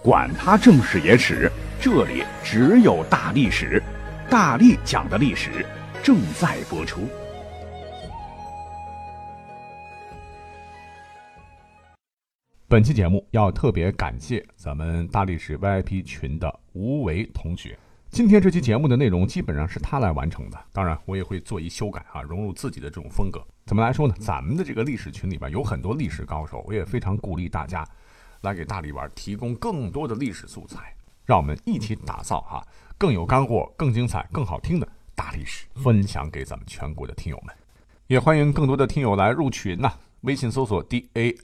管他正史野史，这里只有大历史，大力讲的历史正在播出。 本期节目要特别感谢咱们大历史 VIP 群的吴为同学。今天这期节目的内容基本上是他来完成的，当然我也会做一修改融入自己的这种风格。怎么来说呢？咱们的这个历史群里边有很多历史高手，我也非常鼓励大家来给大力丸提供更多的历史素材，让我们一起打造更有干货、更精彩、更好听的大历史，分享给咱们全国的听友们。也欢迎更多的听友来入群微信搜索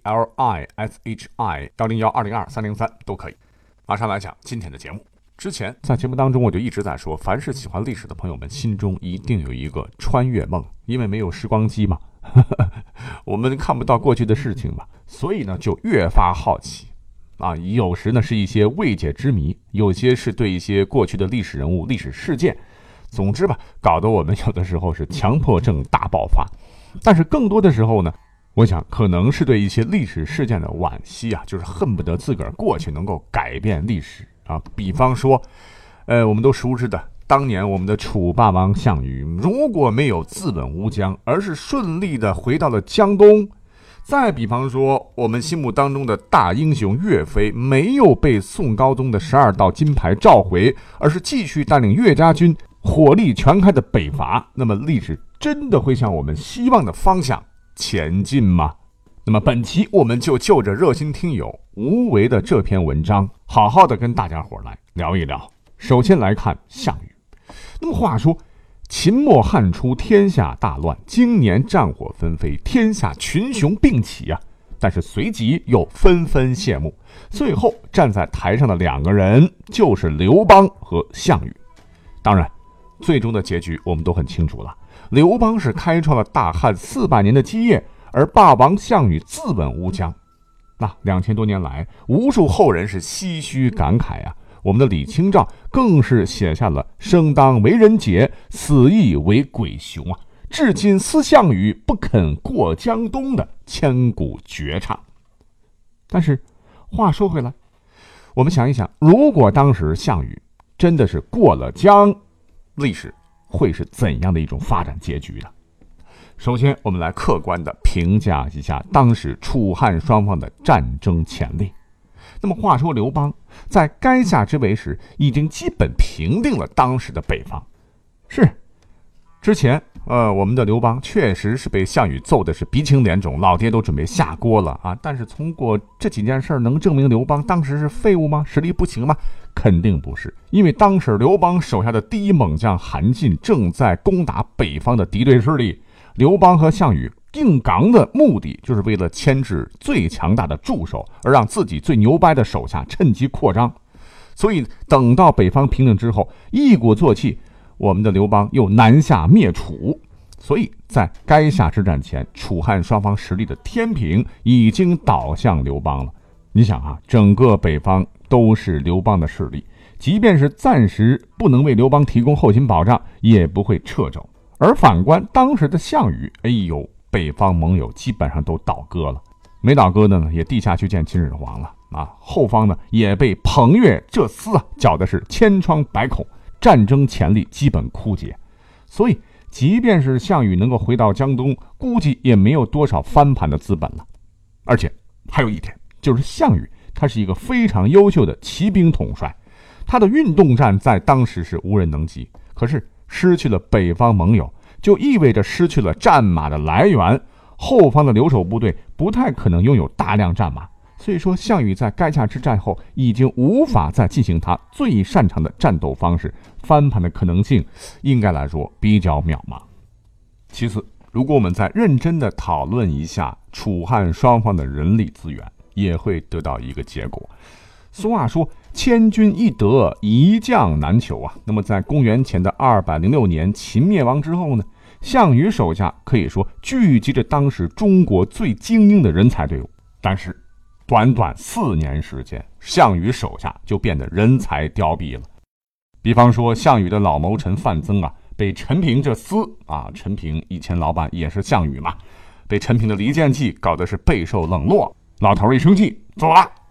DALISHI101202303 都可以。马上来讲今天的节目。之前在节目当中我就一直在说，凡是喜欢历史的朋友们心中一定有一个穿越梦，因为没有时光机嘛我们看不到过去的事情嘛，所以呢就越发好奇有时呢是一些未解之谜，有些是对一些过去的历史人物、历史事件，总之吧，搞得我们有的时候是强迫症大爆发。但是更多的时候呢，我想可能是对一些历史事件的惋惜就是恨不得自个儿过去能够改变历史比方说我们都熟知的当年我们的楚霸王项羽，如果没有自刎乌江，而是顺利的回到了江东。再比方说我们心目当中的大英雄岳飞，没有被宋高宗的12道金牌召回，而是继续带领岳家军火力全开的北伐，那么历史真的会向我们希望的方向前进吗？那么本期我们就就着热心听友吴为的这篇文章，好好的跟大家伙来聊一聊。首先来看项羽。那么话说秦末汉初，天下大乱，经年战火纷飞，天下群雄并起但是随即又纷纷谢幕，最后站在台上的两个人就是刘邦和项羽。当然最终的结局我们都很清楚了，刘邦是开创了大汉400年的基业，而霸王项羽自刎乌江。那2000多年来，无数后人是唏嘘感慨我们的李清照更是写下了生当为人杰，死亦为鬼雄至今思项羽，不肯过江东的千古绝唱。但是话说回来，我们想一想，如果当时项羽真的是过了江，历史会是怎样的一种发展结局呢？首先我们来客观的评价一下当时楚汉双方的战争潜力。那么话说刘邦在垓下之围时，已经基本平定了当时的北方。是之前我们的刘邦确实是被项羽揍的是鼻青脸肿，老爹都准备下锅了但是通过这几件事能证明刘邦当时是废物吗？实力不行吗？肯定不是，因为当时刘邦手下的第一猛将韩信正在攻打北方的敌对势力，刘邦和项羽硬刚的目的就是为了牵制最强大的助手，而让自己最牛掰的手下趁机扩张。所以等到北方平定之后，一鼓作气，我们的刘邦又南下灭楚。所以在垓下之战前，楚汉双方实力的天平已经倒向刘邦了。你想整个北方都是刘邦的势力，即便是暂时不能为刘邦提供后勤保障，也不会撤走。而反观当时的项羽，北方盟友基本上都倒戈了，没倒戈的呢也地下去见秦始皇了后方呢也被彭越这厮搅的是千疮百孔，战争潜力基本枯竭。所以即便是项羽能够回到江东，估计也没有多少翻盘的资本了。而且还有一点，就是项羽他是一个非常优秀的骑兵统帅，他的运动战在当时是无人能及，可是失去了北方盟友，就意味着失去了战马的来源，后方的留守部队不太可能拥有大量战马。所以说项羽在垓下之战后已经无法再进行他最擅长的战斗方式，翻盘的可能性应该来说比较渺茫。其次，如果我们再认真的讨论一下楚汉双方的人力资源，也会得到一个结果。俗话说千军易得，一将难求那么在公元前的206年秦灭亡之后呢，项羽手下可以说聚集着当时中国最精英的人才队伍。但是短短4年时间，项羽手下就变得人才凋敝了。比方说项羽的老谋臣范增被陈平这厮陈平以前老板也是项羽嘛，被陈平的离间计搞得是备受冷落。老头一生气走了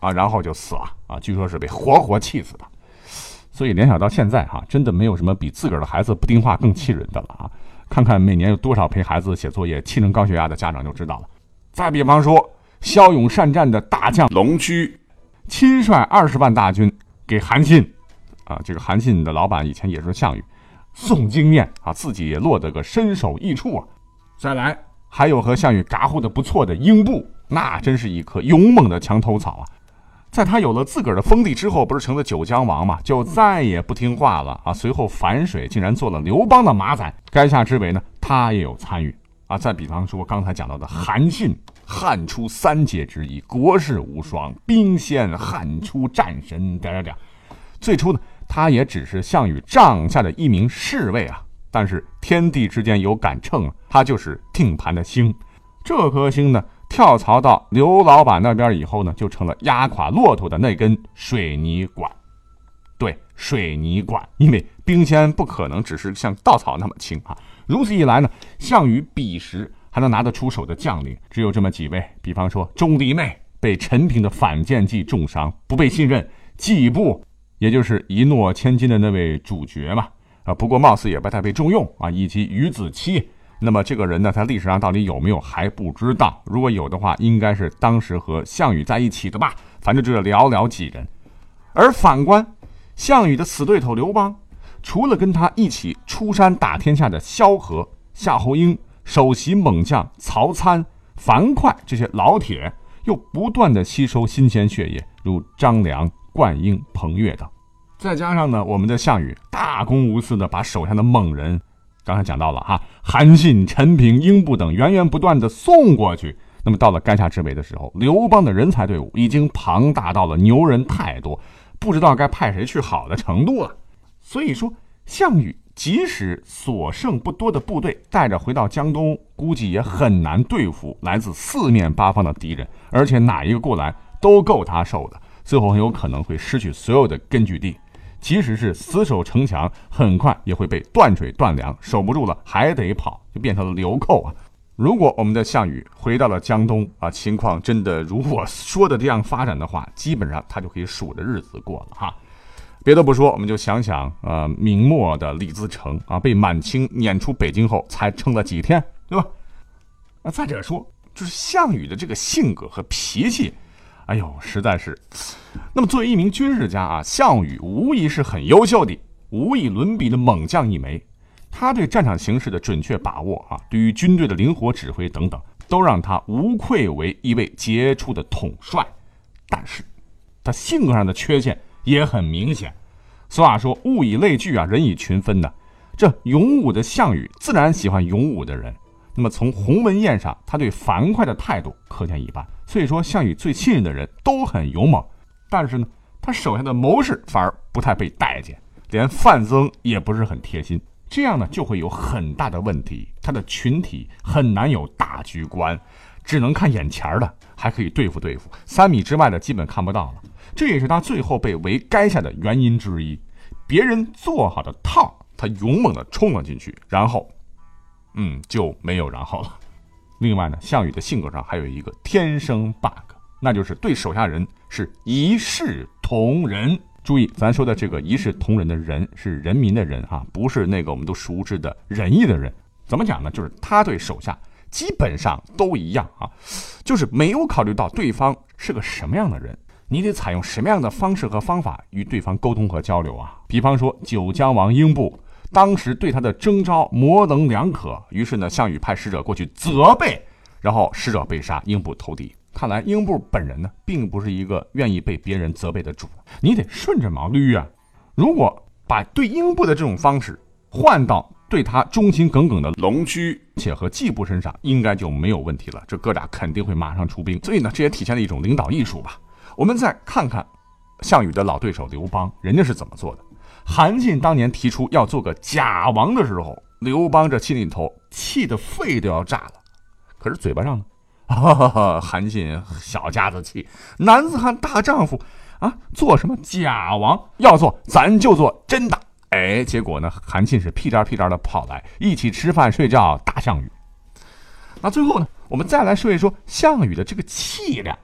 啊，然后就死了啊，据说是被活活气死的。所以联想到现在哈，真的没有什么比自个儿的孩子不听话更气人的了啊！看看每年有多少陪孩子写作业气成高血压的家长就知道了。再比方说，骁勇善战的大将龙须，亲率20万大军给韩信啊，这个韩信的老板以前也是项羽，送经验啊，自己也落得个身首异处啊。再来，还有和项羽嘎呼的不错的英布，那真是一棵勇猛的墙头草啊。在他有了自个儿的封地之后，不是成了九江王嘛，就再也不听话了啊！随后反水，竟然做了刘邦的马仔，垓下之围呢，他也有参与啊。再比方说刚才讲到的韩信，汉初3杰之一，国士无双，兵仙汉初战神，最初呢，他也只是项羽帐下的一名侍卫啊。但是天地之间有杆秤，他就是定盘的星。这颗星呢，跳槽到刘老板那边以后呢，就成了压垮骆驼的那根水泥管。对，水泥管，因为兵仙不可能只是像稻草那么轻啊。如此一来呢，项羽彼时还能拿得出手的将领只有这么几位，比方说钟离昧被陈平的反间计重伤，不被信任；季布，也就是一诺千金的那位主角嘛，不过貌似也不太被重用啊，以及于子期。那么这个人呢，在历史上到底有没有还不知道，如果有的话，应该是当时和项羽在一起的吧，反正这寥寥几人。而反观项羽的死对头刘邦，除了跟他一起出山打天下的萧何、夏侯婴、首席猛将曹参、樊哙这些老铁，又不断的吸收新鲜血液，如张良、灌婴、彭越等。再加上呢，我们的项羽大公无私的把手下的猛人，刚才讲到了哈，韩信、陈平、英布等源源不断的送过去。那么到了垓下之围的时候，刘邦的人才队伍已经庞大到了牛人太多，不知道该派谁去好的程度了。所以说，项羽即使所剩不多的部队带着回到江东，估计也很难对付来自四面八方的敌人，而且哪一个过来都够他受的，最后很有可能会失去所有的根据地。即使是死守城墙，很快也会被断水断粮，守不住了还得跑，就变成了流寇啊。如果我们的项羽回到了江东啊，情况真的如我说的这样发展的话，基本上他就可以数着日子过了哈。别的不说，我们就想想明末的李自成啊，被满清撵出北京后才撑了几天，对吧？那再者说，就是项羽的这个性格和脾气，哎呦，实在是。那么作为一名军事家啊，项羽无疑是很优秀的，无以伦比的猛将一枚。他对战场形势的准确把握啊，对于军队的灵活指挥等等，都让他无愧为一位杰出的统帅。但是他性格上的缺陷也很明显。俗话说物以类聚啊，人以群分呢。这勇武的项羽自然喜欢勇武的人。那么从鸿门宴上，他对樊哙的态度可见一斑。所以说，项羽最信任的人都很勇猛，但是呢，他手下的谋士反而不太被待见，连范增也不是很贴心。这样呢，就会有很大的问题，他的群体很难有大局观，只能看眼前的，还可以对付对付，3米之外的基本看不到了。这也是他最后被围垓下的原因之一。别人做好的套，他勇猛地冲了进去，然后就没有然后了。另外呢，项羽的性格上还有一个天生 bug， 那就是对手下人是一视同仁。注意，咱说的这个一视同仁的人是人民的人啊，不是那个我们都熟知的仁义的人。怎么讲呢？就是他对手下基本上都一样啊，就是没有考虑到对方是个什么样的人，你得采用什么样的方式和方法与对方沟通和交流啊。比方说九江王英布当时对他的征召模棱两可，于是呢，项羽派使者过去责备，然后使者被杀，英布投敌。看来英布本人呢，并不是一个愿意被别人责备的主，你得顺着毛驴啊。如果把对英布的这种方式换到对他忠心耿耿的龙须且和季布身上，应该就没有问题了。这哥俩肯定会马上出兵，所以呢，这也体现了一种领导艺术吧。我们再看看项羽的老对手刘邦，人家是怎么做的。韩信当年提出要做个假王的时候，刘邦这心里头气得肺都要炸了，可是嘴巴上呢，韩信小家子气，男子汉大丈夫啊，做什么假王？要做咱就做真的。哎，结果呢，韩信是屁颠屁颠的跑来，一起吃饭睡觉打项羽。那最后呢，我们再来说一说项羽的这个气量。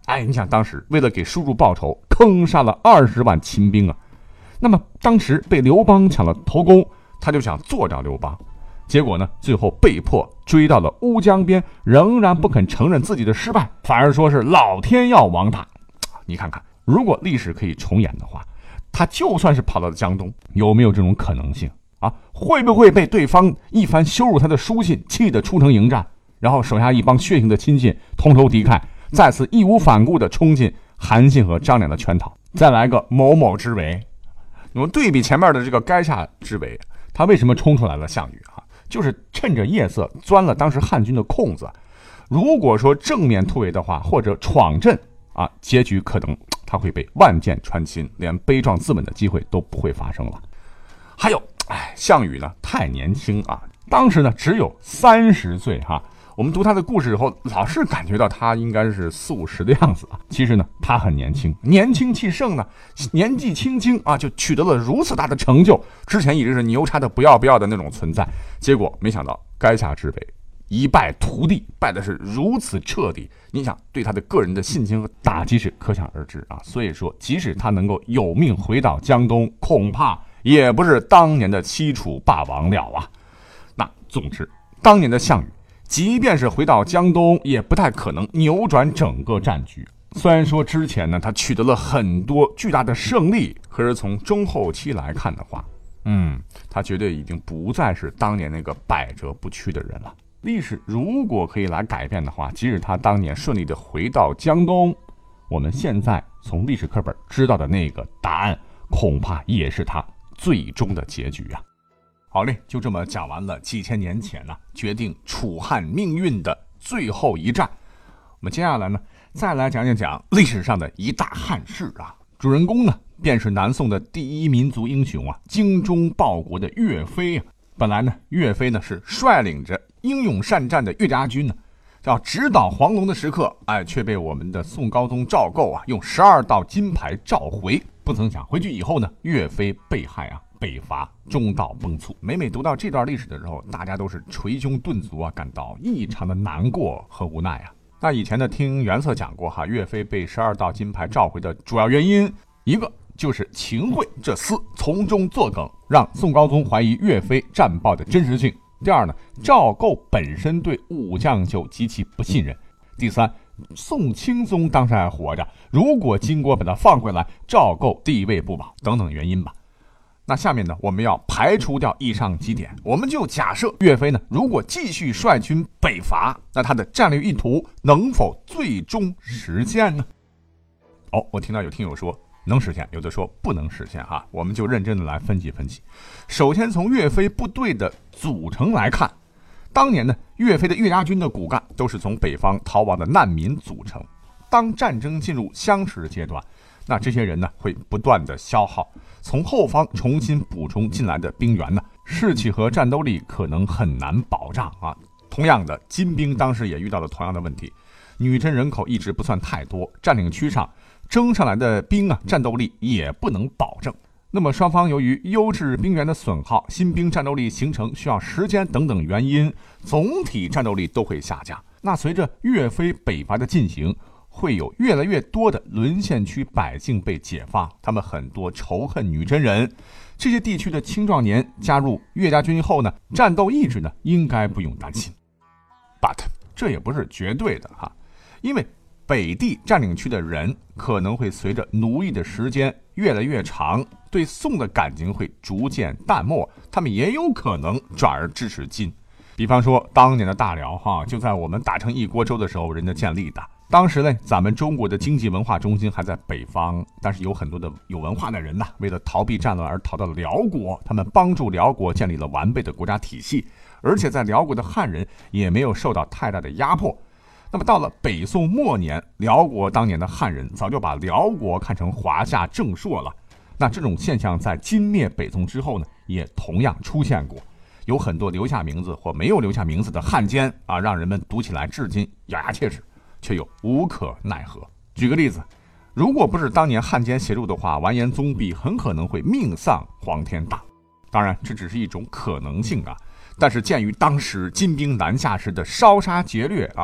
你想当时为了给叔叔报仇，坑杀了20万秦兵啊。那么当时被刘邦抢了头功，他就想做掉刘邦，结果呢，最后被迫追到了乌江边，仍然不肯承认自己的失败，反而说是老天要亡他。你看看，如果历史可以重演的话，他就算是跑到了江东，有没有这种可能性啊？会不会被对方一番羞辱他的书信气得出城迎战，然后手下一帮血性的亲信同仇敌忾，再次义无反顾地冲进韩信和张良的圈套，再来个某某之围。我们对比前面的这个垓下之围，他为什么冲出来了？项羽啊，就是趁着夜色钻了当时汉军的空子。如果说正面突围的话，或者闯阵啊，结局可能他会被万箭穿心，连悲壮自刎的机会都不会发生了。还有，项羽呢太年轻啊，当时呢只有30岁哈。我们读他的故事以后，老是感觉到他应该是40、50的样子啊。其实呢，他很年轻，年轻气盛呢，年纪轻轻啊，就取得了如此大的成就。之前一直是牛叉的不要不要的那种存在，结果没想到垓下之围一败涂地，败的是如此彻底。你想，对他的个人的信心和打击是可想而知啊。所以说，即使他能够有命回到江东，恐怕也不是当年的西楚霸王了啊。那总之，当年的项羽，即便是回到江东，也不太可能扭转整个战局。虽然说之前呢，他取得了很多巨大的胜利，可是从中后期来看的话，他绝对已经不再是当年那个百折不屈的人了。历史如果可以来改变的话，即使他当年顺利的回到江东，我们现在从历史课本知道的那个答案，恐怕也是他最终的结局啊。好嘞，就这么讲完了几千年前呢，决定楚汉命运的最后一战。我们接下来呢，再来讲历史上的一大汉事啊。主人公呢，便是南宋的第一民族英雄啊，精忠报国的岳飞啊。本来呢，岳飞呢是率领着英勇善战的岳家军呢，要直捣黄龙的时刻，却被我们的宋高宗赵构啊用12道金牌召回。不曾想回去以后呢，岳飞被害啊，北伐中道崩殂。每读到这段历史的时候，大家都是捶胸顿足啊，感到异常的难过和无奈啊。那以前呢，听袁策讲过哈，岳飞被12道金牌召回的主要原因，一个就是秦桧这厮从中作梗，让宋高宗怀疑岳飞战报的真实性。第二呢，赵构本身对武将就极其不信任。第三，宋钦宗当时还活着，如果金国把他放回来，赵构地位不保等等原因吧。那下面呢，我们要排除掉以上几点，我们就假设岳飞呢，如果继续率军北伐，那他的战略意图能否最终实现呢？我听到有听友说能实现，有的说不能实现哈，我们就认真的来分析分析。首先从岳飞部队的组成来看，当年呢，岳飞的岳家军的骨干都是从北方逃亡的难民组成。当战争进入相持阶段，那这些人呢会不断的消耗，从后方重新补充进来的兵员呢，士气和战斗力可能很难保障啊。同样的，金兵当时也遇到了同样的问题，女真人口一直不算太多，占领区上征上来的兵啊，战斗力也不能保证。那么双方由于优质兵员的损耗、新兵战斗力形成需要时间等等原因，总体战斗力都会下降。那随着岳飞北伐的进行，会有越来越多的沦陷区百姓被解放，他们很多仇恨女真人。这些地区的青壮年加入岳家军后呢，战斗意志呢应该不用担心。But 这也不是绝对的哈，因为北地占领区的人可能会随着奴役的时间越来越长，对宋的感情会逐渐淡漠，他们也有可能转而支持金。比方说当年的大辽哈，就在我们打成一锅粥的时候人家建立的。当时呢，咱们中国的经济文化中心还在北方，但是有很多的有文化的人呢，为了逃避战乱而逃到了辽国，他们帮助辽国建立了完备的国家体系，而且在辽国的汉人也没有受到太大的压迫。那么到了北宋末年，辽国当年的汉人早就把辽国看成华夏正朔了。那这种现象在金灭北宋之后呢，也同样出现过，有很多留下名字或没有留下名字的汉奸啊，让人们读起来至今咬牙切齿，却又无可奈何。举个例子，如果不是当年汉奸协助的话，完颜宗弼很可能会命丧黄天荡。当然这只是一种可能性啊，但是鉴于当时金兵南下时的烧杀劫掠啊，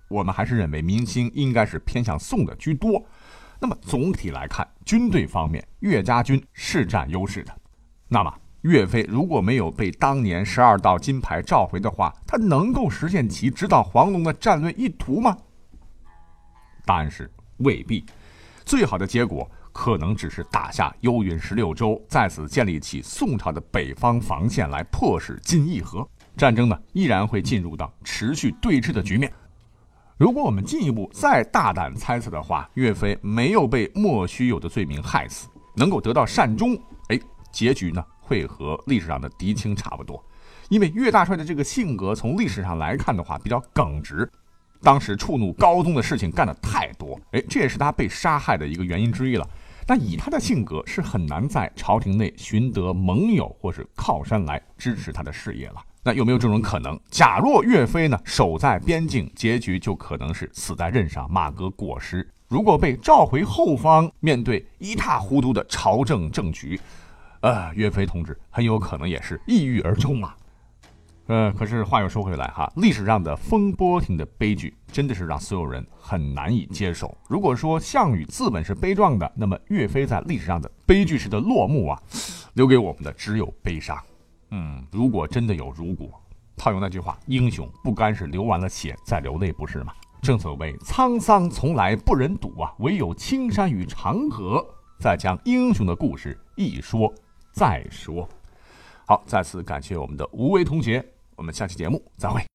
我们还是认为民心应该是偏向宋的居多。那么总体来看，军队方面，岳家军是占优势的。那么岳飞如果没有被当年12道金牌召回的话，他能够实现其直捣黄龙的战略意图吗？答案是未必。最好的结果可能只是打下幽云16州，在此建立起宋朝的北方防线，来迫使金议和。战争呢，依然会进入到持续对峙的局面。如果我们进一步再大胆猜测的话，岳飞没有被莫须有的罪名害死，能够得到善终，结局呢会和历史上的狄青差不多。因为岳大帅的这个性格从历史上来看的话比较耿直，当时触怒高宗的事情干得太多，这也是他被杀害的一个原因之一了。那以他的性格是很难在朝廷内寻得盟友或是靠山来支持他的事业了。那有没有这种可能？假若岳飞呢守在边境，结局就可能是死在任上，马革裹尸。如果被召回后方，面对一塌糊涂的朝政政局，岳飞同志很有可能也是抑郁而终啊。可是话又说回来哈，历史上的风波亭的悲剧真的是让所有人很难以接受。如果说项羽自刎是悲壮的，那么岳飞在历史上的悲剧式的落幕啊，留给我们的只有悲伤。如果真的有如果，套用那句话，英雄不该是流完了血再流泪，不是吗？正所谓沧桑从来不忍睹啊，唯有青山与长河，再将英雄的故事一说再说。好，再次感谢我们的吴为同学，我们下期节目再会。